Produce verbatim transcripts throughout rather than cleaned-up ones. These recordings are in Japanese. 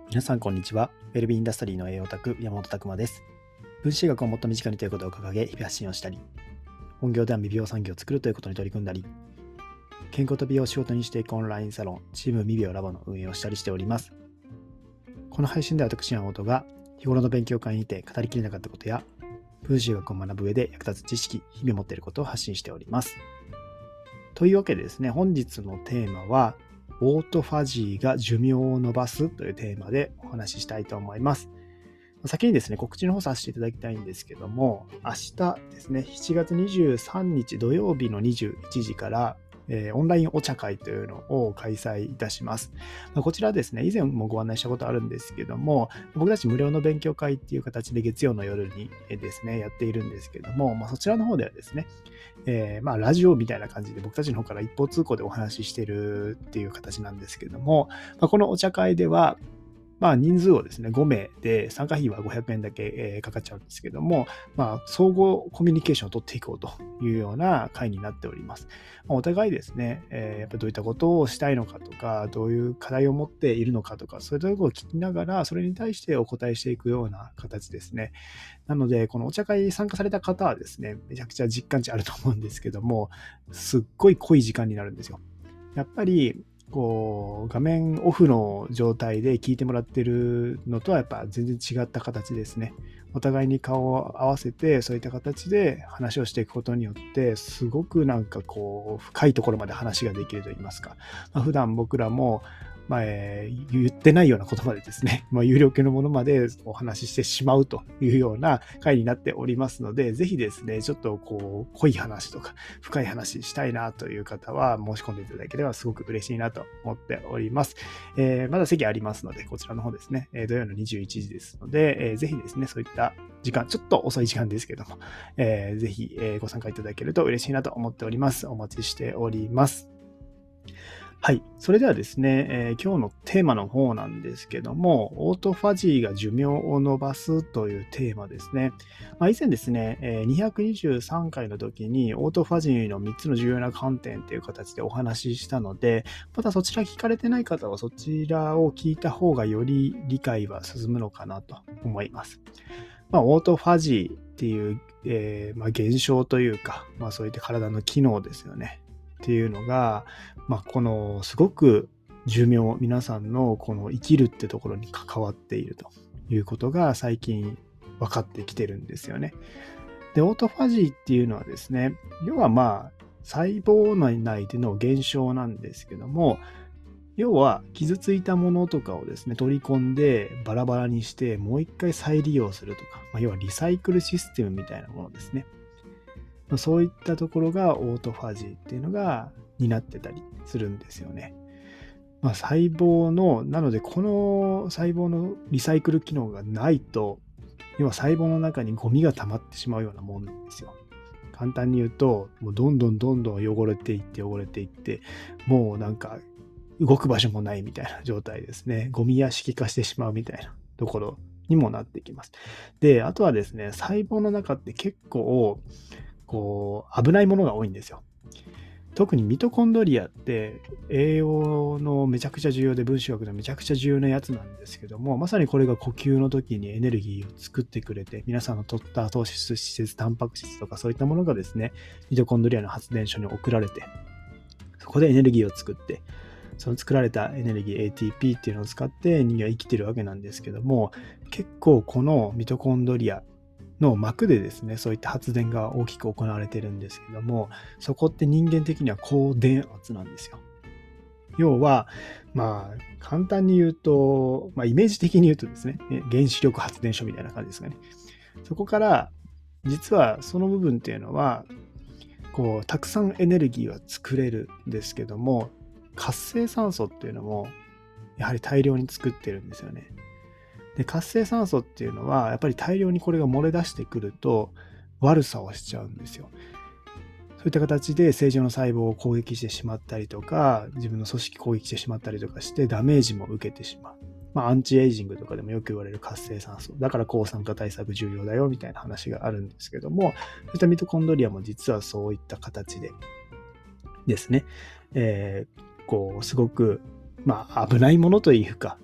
皆さんこんにちは。ウェルビーインダストリーの栄養オタク山本拓馬です。分子学をもっと身近にということを掲げ日々発信をしたり、本業では未病産業を作るということに取り組んだり、健康と美容を仕事にしていくオンラインサロンチーム未病ラボの運営をしたりしております。この配信では私山本が日頃の勉強会にて語りきれなかったことや分子学を学ぶ上で役立つ知識、日々持っていることを発信しております。というわけでですね、本日のテーマはオートファジーが寿命を延ばすというテーマでお話ししたいと思います。先にですね、告知の方させていただきたいんですけども、明日ですね、しちがつにじゅうさんにち土曜日のにじゅういちじから、えー、オンラインお茶会というのを開催いたします。こちらですね、以前もご案内したことあるんですけども、僕たち無料の勉強会っていう形で月曜の夜にですね、やっているんですけども、まあ、そちらの方ではですね、えー、まあラジオみたいな感じで僕たちの方から一方通行でお話ししているっていう形なんですけども、まあ、このお茶会では、まあ人数をですね、ごめいで参加費はごひゃくえんだけかかっちゃうんですけども、まあ総合コミュニケーションを取っていこうというような会になっております。まあ、お互いですね、えー、やっぱどういったことをしたいのかとか、どういう課題を持っているのかとか、そういったところを聞きながら、それに対してお答えしていくような形ですね。なので、このお茶会に参加された方はですね、めちゃくちゃ実感値あると思うんですけども、すっごい濃い時間になるんですよ。やっぱり、こう画面オフの状態で聞いてもらってるのとはやっぱ全然違った形ですね。お互いに顔を合わせてそういった形で話をしていくことによってすごくなんかこう深いところまで話ができると言いますか、まあ、普段僕らもまあえー、言ってないようなことまでですね、まあ、有料系のものまでお話ししてしまうというような回になっておりますので、ぜひですね、ちょっとこう濃い話とか深い話したいなという方は申し込んでいただければすごく嬉しいなと思っております。えー、まだ席ありますので、こちらの方ですね、えー、土曜のにじゅういちじですので、えー、ぜひですね、そういった時間、ちょっと遅い時間ですけども、えー、ぜひ、えー、ご参加いただけると嬉しいなと思っております。お待ちしております。はい。それではですね、えー、今日のテーマの方なんですけども、オートファジーが寿命を延ばすというテーマですね。まあ、以前ですね、えー、にひゃくにじゅうさんかいの時にオートファジーのみっつの重要な観点という形でお話ししたので、またそちら聞かれてない方はそちらを聞いた方がより理解は進むのかなと思います。まあ、オートファジーっていう、えーまあ、現象というか、まあ、そういった体の機能ですよね。っていうのが、まあ、このすごく寿命、皆さんのこの生きるってところに関わっているということが最近分かってきてるんですよね。で、オートファジーっていうのはですね、要はまあ細胞内での現象なんですけども、要は傷ついたものとかをですね、取り込んでバラバラにしてもう一回再利用するとか、まあ、要はリサイクルシステムみたいなものですね。そういったところがオートファジーっていうのが担ってたりするんですよね。まあ、細胞の、なのでこの細胞のリサイクル機能がないと、要は細胞の中にゴミが溜まってしまうようなもんなんですよ。簡単に言うと、もうどんどんどんどん汚れていって汚れていって、もうなんか動く場所もないみたいな状態ですね。ゴミ屋敷化してしまうみたいなところにもなってきます。で、あとはですね、細胞の中って結構、こう危ないものが多いんですよ。特にミトコンドリアって栄養のめちゃくちゃ重要で分子学のめちゃくちゃ重要なやつなんですけども、まさにこれが呼吸の時にエネルギーを作ってくれて、皆さんの取った糖質、脂質、タンパク質とかそういったものがですね、ミトコンドリアの発電所に送られて、そこでエネルギーを作って、その作られたエネルギー エーティーピー っていうのを使って人間は生きてるわけなんですけども、結構このミトコンドリアの膜でですね、そういった発電が大きく行われてるんですけども、そこって人間的には高電圧なんですよ。要は、まあ、簡単に言うと、まあ、イメージ的に言うとですね、原子力発電所みたいな感じですかね。そこから、実はその部分っていうのは、こう、たくさんエネルギーは作れるんですけども、活性酸素っていうのも、やはり大量に作ってるんですよね。で、活性酸素っていうのはやっぱり大量にこれが漏れ出してくると悪さをしちゃうんですよ。そういった形で正常の細胞を攻撃してしまったりとか、自分の組織攻撃してしまったりとかしてダメージも受けてしまう。まあ、アンチエイジングとかでもよく言われる活性酸素。だから抗酸化対策重要だよみたいな話があるんですけども、そういったミトコンドリアも実はそういった形でですね、えー、こう、すごく、まあ、危ないものというか、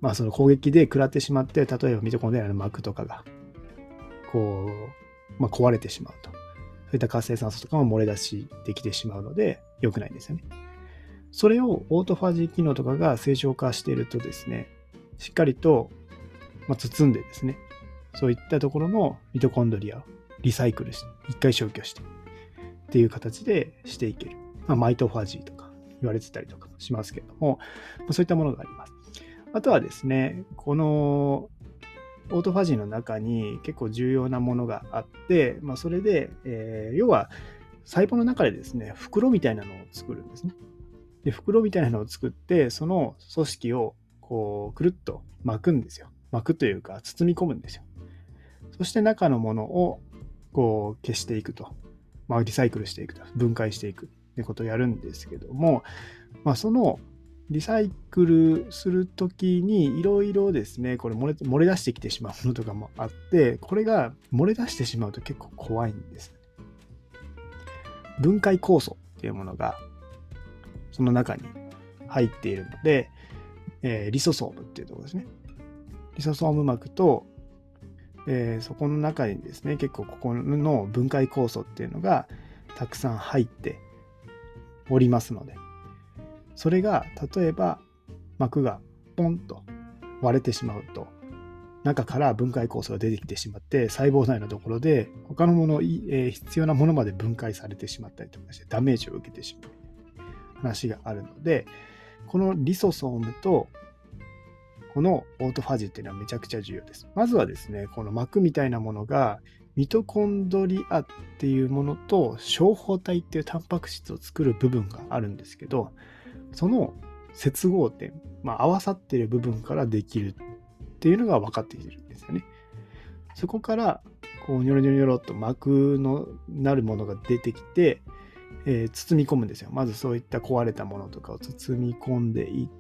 まあその攻撃で食らってしまって、例えばミトコンドリアの膜とかが、こう、まあ、壊れてしまうと。そういった活性酸素とかも漏れ出してきてしまうので、良くないんですよね。それをオートファジー機能とかが正常化しているとですね、しっかりと、まあ、包んでですね、そういったところのミトコンドリアをリサイクルして、一回消去して、っていう形でしていける。まあ、マイトファジーとか言われてたりとかもしますけれども、まあ、そういったものがあります。あとはですね、このオートファジーの中に結構重要なものがあって、まあ、それで、えー、要は細胞の中でですね、袋みたいなのを作るんですね。で、袋みたいなのを作って、その組織をこうくるっと巻くんですよ。巻くというか包み込むんですよ。そして中のものをこう消していくと、まあ、リサイクルしていくと、分解していくってことをやるんですけども、まあ、そのリサイクルするときにいろいろですね、これ漏れ、漏れ出してきてしまうものとかもあって、これが漏れ出してしまうと結構怖いんです。分解酵素っていうものがその中に入っているので、えー、リソソームっていうところですね。リソソーム膜と、えー、そこの中にですね、結構ここの分解酵素っていうのがたくさん入っておりますので、それが例えば膜がポンと割れてしまうと、中から分解酵素が出てきてしまって、細胞内のところで他のもの、えー、必要なものまで分解されてしまったりとかしてダメージを受けてしまう話があるので、このリソソームとこのオートファジーっていうのはめちゃくちゃ重要です。まずはですね、この膜みたいなものがミトコンドリアっていうものと小胞体っていうタンパク質を作る部分があるんですけど、その接合点、まあ、合わさっている部分からできるっていうのが分かっているんですよね。そこからこうニョロニョロニョロっと膜のなるものが出てきて、えー、包み込むんですよ。まずそういった壊れたものとかを包み込んでいって、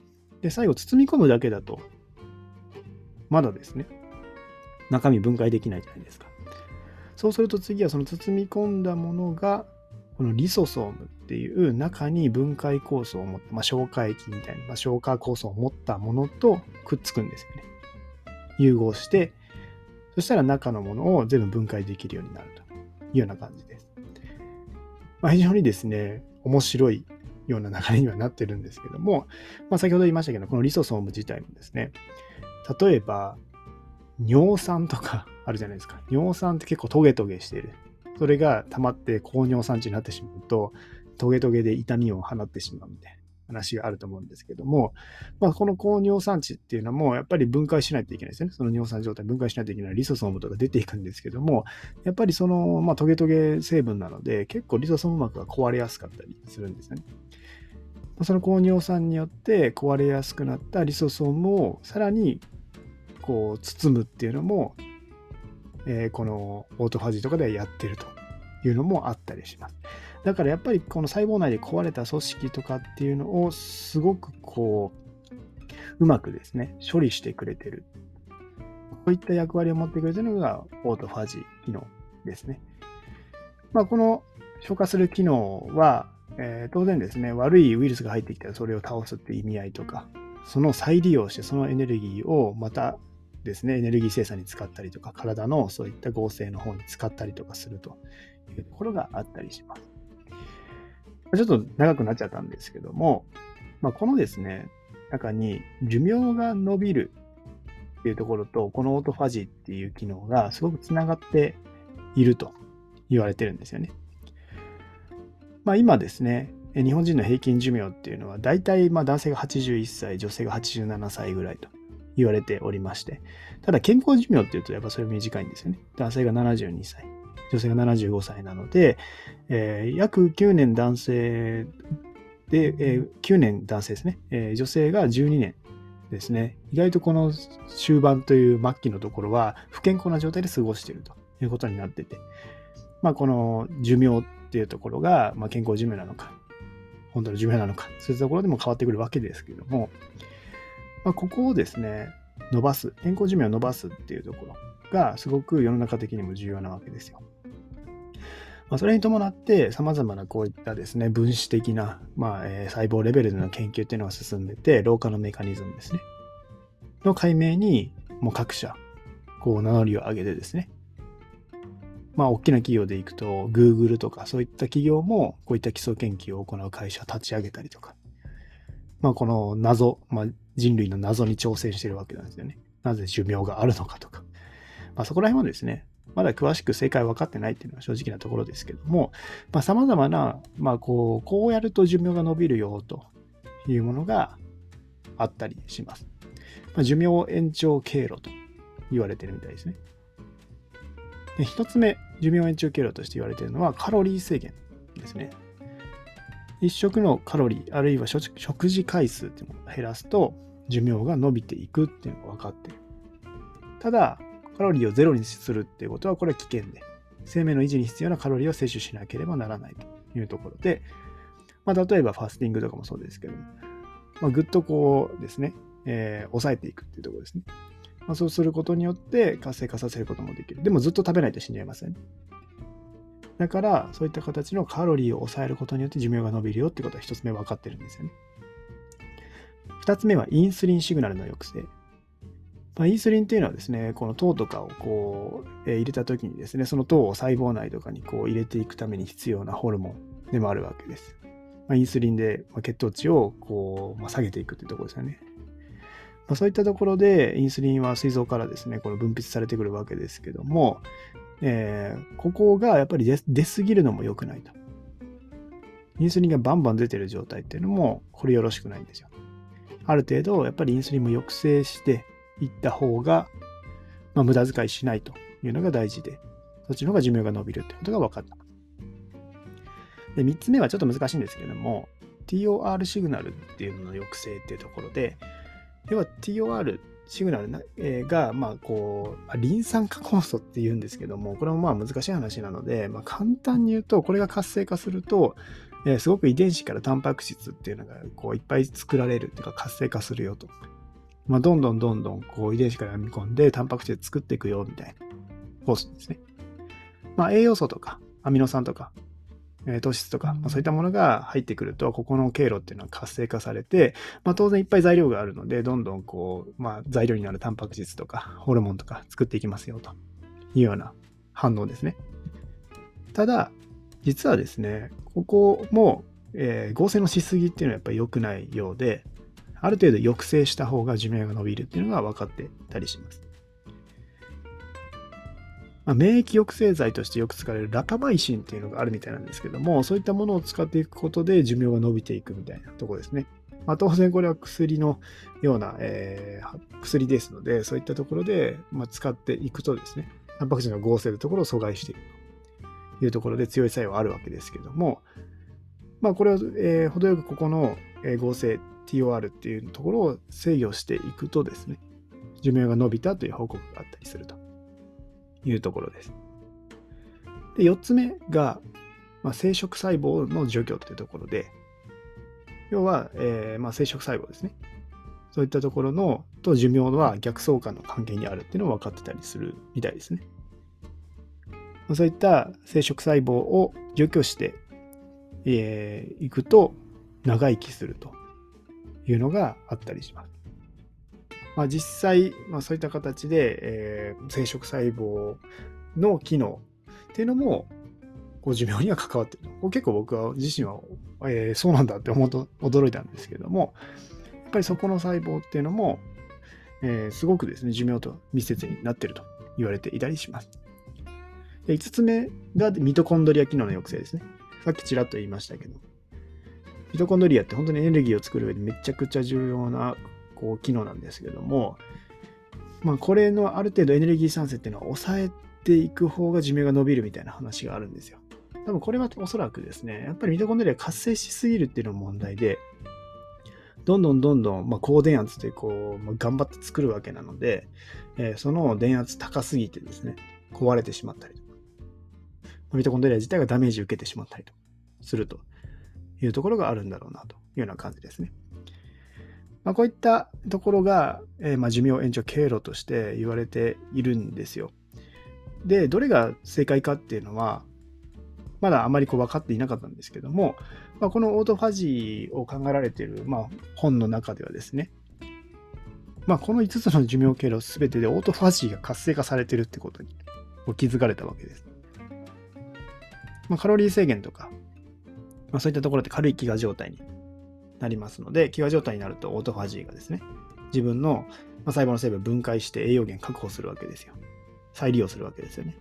で最後包み込むだけだとまだですね、中身分解できないじゃないですか。そうすると次はその包み込んだものがこのリソソームっていう中に分解酵素を持った、まあ、消化液みたいな、まあ、消化酵素を持ったものとくっつくんですよね。融合して、そしたら中のものを全部分解できるようになるというような感じです。まあ、非常にですね、面白いような流れにはなってるんですけども、まあ、先ほど言いましたけど、このリソソーム自体もですね、例えば尿酸とかあるじゃないですか。尿酸って結構トゲトゲしている。それが溜まって高尿酸値になってしまうと、トゲトゲで痛みを放ってしまうみたいな話があると思うんですけども、まあ、この高尿酸値っていうのもやっぱり分解しないといけないですね。その尿酸状態分解しないといけないリソソームとか出ていくんですけども、やっぱりその、まあ、トゲトゲ成分なので結構リソソーム膜が壊れやすかったりするんですね。その高尿酸によって壊れやすくなったリソソームをさらにこう包むっていうのも、えー、このオートファジーとかではやってるというのもあったりします。だからやっぱりこの細胞内で壊れた組織とかっていうのをすごくこううまくですね処理してくれてる、こういった役割を持ってくれてるのがオートファジー機能ですね。まあ、この消化する機能は、えー、当然ですね、悪いウイルスが入ってきたらそれを倒すっていう意味合いとか、その再利用してそのエネルギーをまたですね、エネルギー生産に使ったりとか、体のそういった合成の方に使ったりとかするというところがあったりします。ちょっと長くなっちゃったんですけども、まあ、このですね、中に寿命が伸びるっていうところと、このオートファジーっていう機能がすごくつながっていると言われてるんですよね。まあ、今ですね、日本人の平均寿命っていうのは、だいたいまあ男性がはちじゅういっさい、女性がはちじゅうななさいぐらいと言われておりまして、ただ健康寿命っていうとやっぱそれ短いんですよね。男性がななじゅうにさい、女性がななじゅうごさいなので、えー、約きゅうねん男性で、えー、きゅうねん男性ですね、えー、女性がじゅうにねんですね。意外とこの終盤という末期のところは不健康な状態で過ごしているということになってて、まあ、この寿命っていうところが、まあ、健康寿命なのか、本当の寿命なのか、そういったところでも変わってくるわけですけども、まあ、ここをですね、伸ばす、健康寿命を伸ばすっていうところがすごく世の中的にも重要なわけですよ。まあ、それに伴って様々なこういったですね、分子的な、まあえー、細胞レベルでの研究っていうのが進んでて、老化のメカニズムですね。 の解明にもう各社こう名乗りを上げてですね、まあ大きな企業でいくと Google とかそういった企業もこういった基礎研究を行う会社を立ち上げたりとか、まあこの謎、まあ、人類の謎に挑戦しているわけなんですよね。なぜ寿命があるのかとか、まあ、そこら辺はですね、まだ詳しく正解分かってないっていうのは正直なところですけども、まあ、様々な、まあ、こう、こうやると寿命が伸びるよというものがあったりします。まあ、寿命延長経路と言われているみたいですね。で、一つ目、寿命延長経路として言われているのはカロリー制限ですね。一食のカロリー、あるいは食事回数っていうのを減らすと寿命が伸びていくっていうのが分かっている。ただ、カロリーをゼロにするっていうことはこれは危険で、生命の維持に必要なカロリーを摂取しなければならないというところで、まあ、例えばファスティングとかもそうですけども、まあ、ぐっとこうですね、えー、抑えていくっていうところですね。まあ、そうすることによって活性化させることもできる。でもずっと食べないと死んじゃいますよね。だから、そういった形のカロリーを抑えることによって寿命が伸びるよってことは一つ目分かってるんですよね。二つ目はインスリンシグナルの抑制。まあ、インスリンっていうのはですね、この糖とかをこう、えー、入れたときにですね、その糖を細胞内とかにこう入れていくために必要なホルモンでもあるわけです。まあ、インスリンで血糖値をこう、まあ、下げていくっていうところですよね。まあ、そういったところでインスリンは膵臓からですね、この分泌されてくるわけですけども、えー、ここがやっぱり 出, 出過ぎるのも良くないと。インスリンがバンバン出てる状態っていうのもこれよろしくないんですよ。ある程度やっぱりインスリンも抑制していった方が、まあ、無駄遣いしないというのが大事で、そっちの方が寿命が伸びるってことが分かった。で、みっつめはちょっと難しいんですけれども、ティーオーアール シグナルっていうのの抑制っていうところで、要は ティーオーアール シグナルが、まあこう、リン酸化酵素って言うんですけども、これもまあ難しい話なので、まあ、簡単に言うと、これが活性化すると、えー、すごく遺伝子からタンパク質っていうのがこういっぱい作られるっていうか活性化するよと。まあ、どんどんどんどんこう遺伝子から編み込んでタンパク質で作っていくよみたいなコースですね。まあ、栄養素とかアミノ酸とか、えー、糖質とか、まあ、そういったものが入ってくると、ここの経路っていうのは活性化されて、まあ、当然いっぱい材料があるので、どんどんこう、まあ、材料になるタンパク質とかホルモンとか作っていきますよというような反応ですね。ただ、実はですね、ここも、えー、合成のしすぎっていうのはやっぱり良くないようで、ある程度抑制した方が寿命が伸びるっていうのが分かってたりします。まあ、免疫抑制剤としてよく使われるラパマイシンっていうのがあるみたいなんですけども、そういったものを使っていくことで寿命が伸びていくみたいなところですね。まあ、当然これは薬のような、えー、薬ですので、そういったところで、まあ、使っていくとですね、タンパク質の合成のところを阻害しているというところで強い作用はあるわけですけども、まあ、これを、えー、程よくここの合成 ティーオーアール っていうところを制御していくとですね、寿命が伸びたという報告があったりするというところです。で、よっつめが、まあ、生殖細胞の除去というところで、要は、えーまあ、生殖細胞ですね。そういったところのと寿命は逆相関の関係にあるっていうのが分かってたりするみたいですね。そういった生殖細胞を除去してい、えー、くと長生きするというのがあったりします。まあ、実際、まあ、そういった形で、えー、生殖細胞の機能っていうのもこう寿命には関わっている。結構僕は自身は、えー、そうなんだって思うと驚いたんですけども、やっぱりそこの細胞っていうのも、えー、すごくですね、寿命と密接になっていると言われていたりします。で、いつつめがミトコンドリア機能の抑制ですね。さっきちらっと言いましたけど、ミトコンドリアって本当にエネルギーを作る上でめちゃくちゃ重要なこう機能なんですけども、まあ、これのある程度エネルギー産生っていうのは抑えていく方が寿命が伸びるみたいな話があるんですよ。多分これはおそらくですね、やっぱりミトコンドリア活性しすぎるっていうのが問題で、どんどんどんどん、まあ、高電圧でこう、まあ、頑張って作るわけなので、えー、その電圧高すぎてですね、壊れてしまったりとか、ミトコンドリア自体がダメージを受けてしまったりとするというところがあるんだろうなというような感じですね。まあ、こういったところが、えー、まあ寿命延長経路として言われているんですよ。で、どれが正解かっていうのは、まだあまりこう分かっていなかったんですけども、まあ、このオートファジーを考えられている、まあ、本の中ではですね、 まあ、このいつつの寿命経路すべてでオートファジーが活性化されてるってことに気づかれたわけです。まあ、カロリー制限とか、まあ、そういったところで軽い飢餓状態になりますので、飢餓状態になるとオートファジーがですね、自分の細胞の成分を分解して栄養源確保するわけですよ。再利用するわけですよね。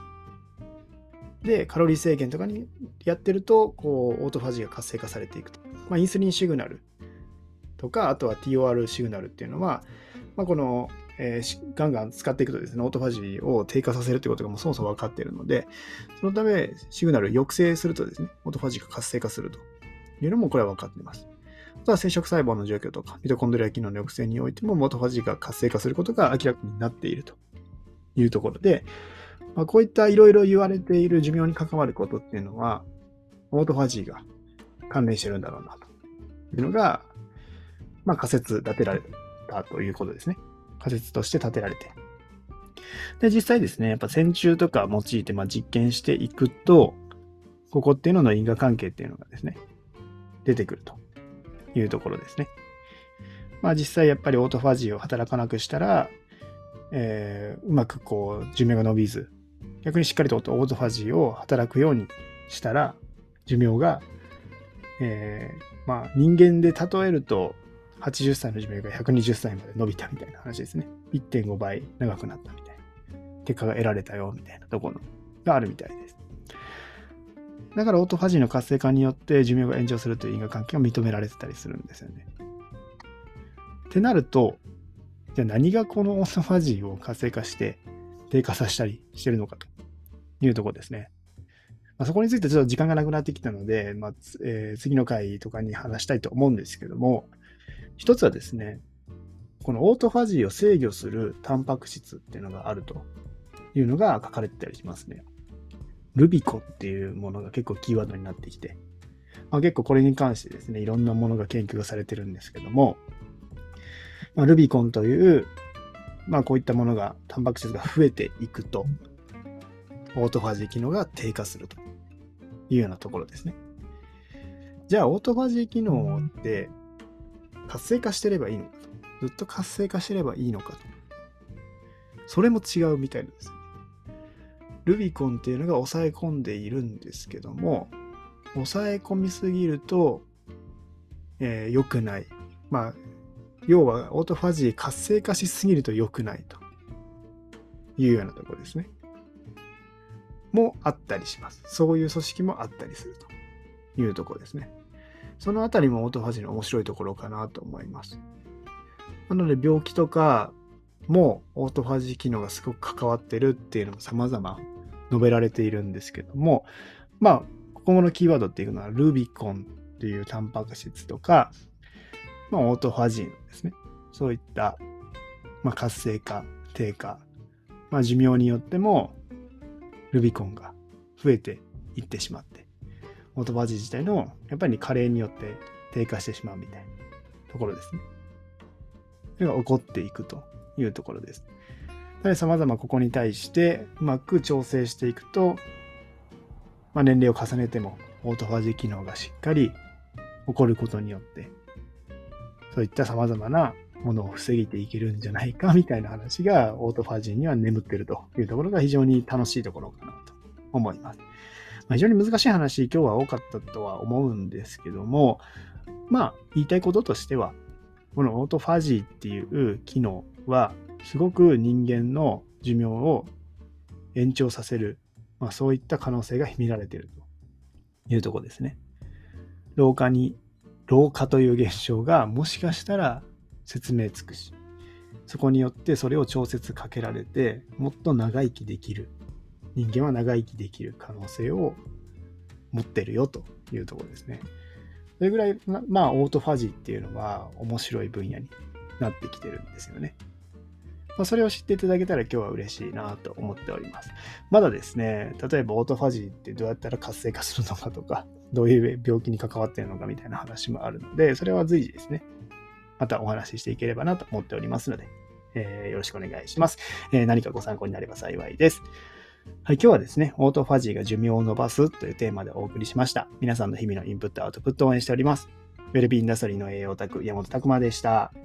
で、カロリー制限とかにやってると、こう、オートファジーが活性化されていくと。まあ、インスリンシグナルとか、あとは ティーオーアール シグナルっていうのは、まあ、この、えー、ガンガン使っていくとですね、オートファジーを低下させるということがもうそもそも分かっているので、そのため、シグナルを抑制するとですね、オートファジーが活性化するというのもこれは分かっています。あとは生殖細胞の状況とか、ミトコンドリア機能の抑制においても、オートファジーが活性化することが明らかになっているというところで、まあ、こういったいろいろ言われている寿命に関わることっていうのは、オートファジーが関連してるんだろうなというのが、まあ、仮説立てられたということですね。仮説として立てられて。で、実際ですね、やっぱ線虫とか用いてまあ実験していくと、ここっていうのの因果関係っていうのがですね、出てくるというところですね。まあ実際やっぱりオートファジーを働かなくしたら、えー、うまくこう寿命が伸びず、逆にしっかりとオートファジーを働くようにしたら、寿命が、えー、まあ人間で例えると、はちじゅっさいの寿命がひゃくにじゅっさいまで伸びたみたいな話ですね。いってんごばい長くなったみたいな。結果が得られたよみたいなところがあるみたいです。だからオートファジーの活性化によって寿命が延長するという因果関係が認められてたりするんですよね。ってなると、じゃあ何がこのオートファジーを活性化して低下させたりしてるのかというところですね。まあ、そこについてちょっと時間がなくなってきたので、まあえー、次の回とかに話したいと思うんですけども、一つはですね、このオートファジーを制御するタンパク質っていうのがあるというのが書かれてたりしますね。ルビコっていうものが結構キーワードになってきて、まあ、結構これに関してですね、いろんなものが研究がされてるんですけども、まあ、ルビコンという、まあこういったものが、タンパク質が増えていくと、オートファジー機能が低下するというようなところですね。じゃあ、オートファジー機能って活性化してればいいのかと。ずっと活性化してればいいのかと。それも違うみたいなんですよね。ルビコンっていうのが抑え込んでいるんですけども、抑え込みすぎると、えー、良くない。まあ、要はオートファジー活性化しすぎると良くないというようなところですね。もあったりします。そういう組織もあったりするというところですね。そのあたりもオートファジーの面白いところかなと思います。なので病気とかもオートファジー機能がすごく関わってるっていうのも様々述べられているんですけども、まあ、今後のキーワードっていうのはルビコンっていうタンパク質とか、まあ、オートファジーのですね、そういった、まあ、活性化、低下、まあ、寿命によってもルビコンが増えていってしまって、オートファジー自体のやっぱり加齢によって低下してしまうみたいなところですね。それが起こっていくというところです。さまざまここに対してうまく調整していくと、まあ、年齢を重ねてもオートファジー機能がしっかり起こることによって、そういったさまざまなものを防げていけるんじゃないかみたいな話がオートファジーには眠っているというところが非常に楽しいところかなと思います。まあ、非常に難しい話、今日は多かったとは思うんですけども、まあ言いたいこととしては、このオートファジーっていう機能はすごく人間の寿命を延長させる、まあ、そういった可能性が秘められているというところですね。老化に、老化という現象がもしかしたら説明つくし、そこによってそれを調節かけられて、もっと長生きできる、人間は長生きできる可能性を持ってるよというところですね。それぐらい、まあ、オートファジーっていうのは面白い分野になってきてるんですよね。まあ、それを知っていただけたら今日は嬉しいなと思っております。まだですね、例えばオートファジーってどうやったら活性化するのかとか、どういう病気に関わっているのかみたいな話もあるので、それは随時ですね、またお話ししていければなと思っておりますので、えー、よろしくお願いします、えー。何かご参考になれば幸いです。はい、今日はですね、オートファジーが寿命を伸ばすというテーマでお送りしました。皆さんの日々のインプット、アウトプットを応援しております。ウェルビーインダストリーの栄養オタク、山本拓馬でした。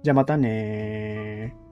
じゃあまたねー。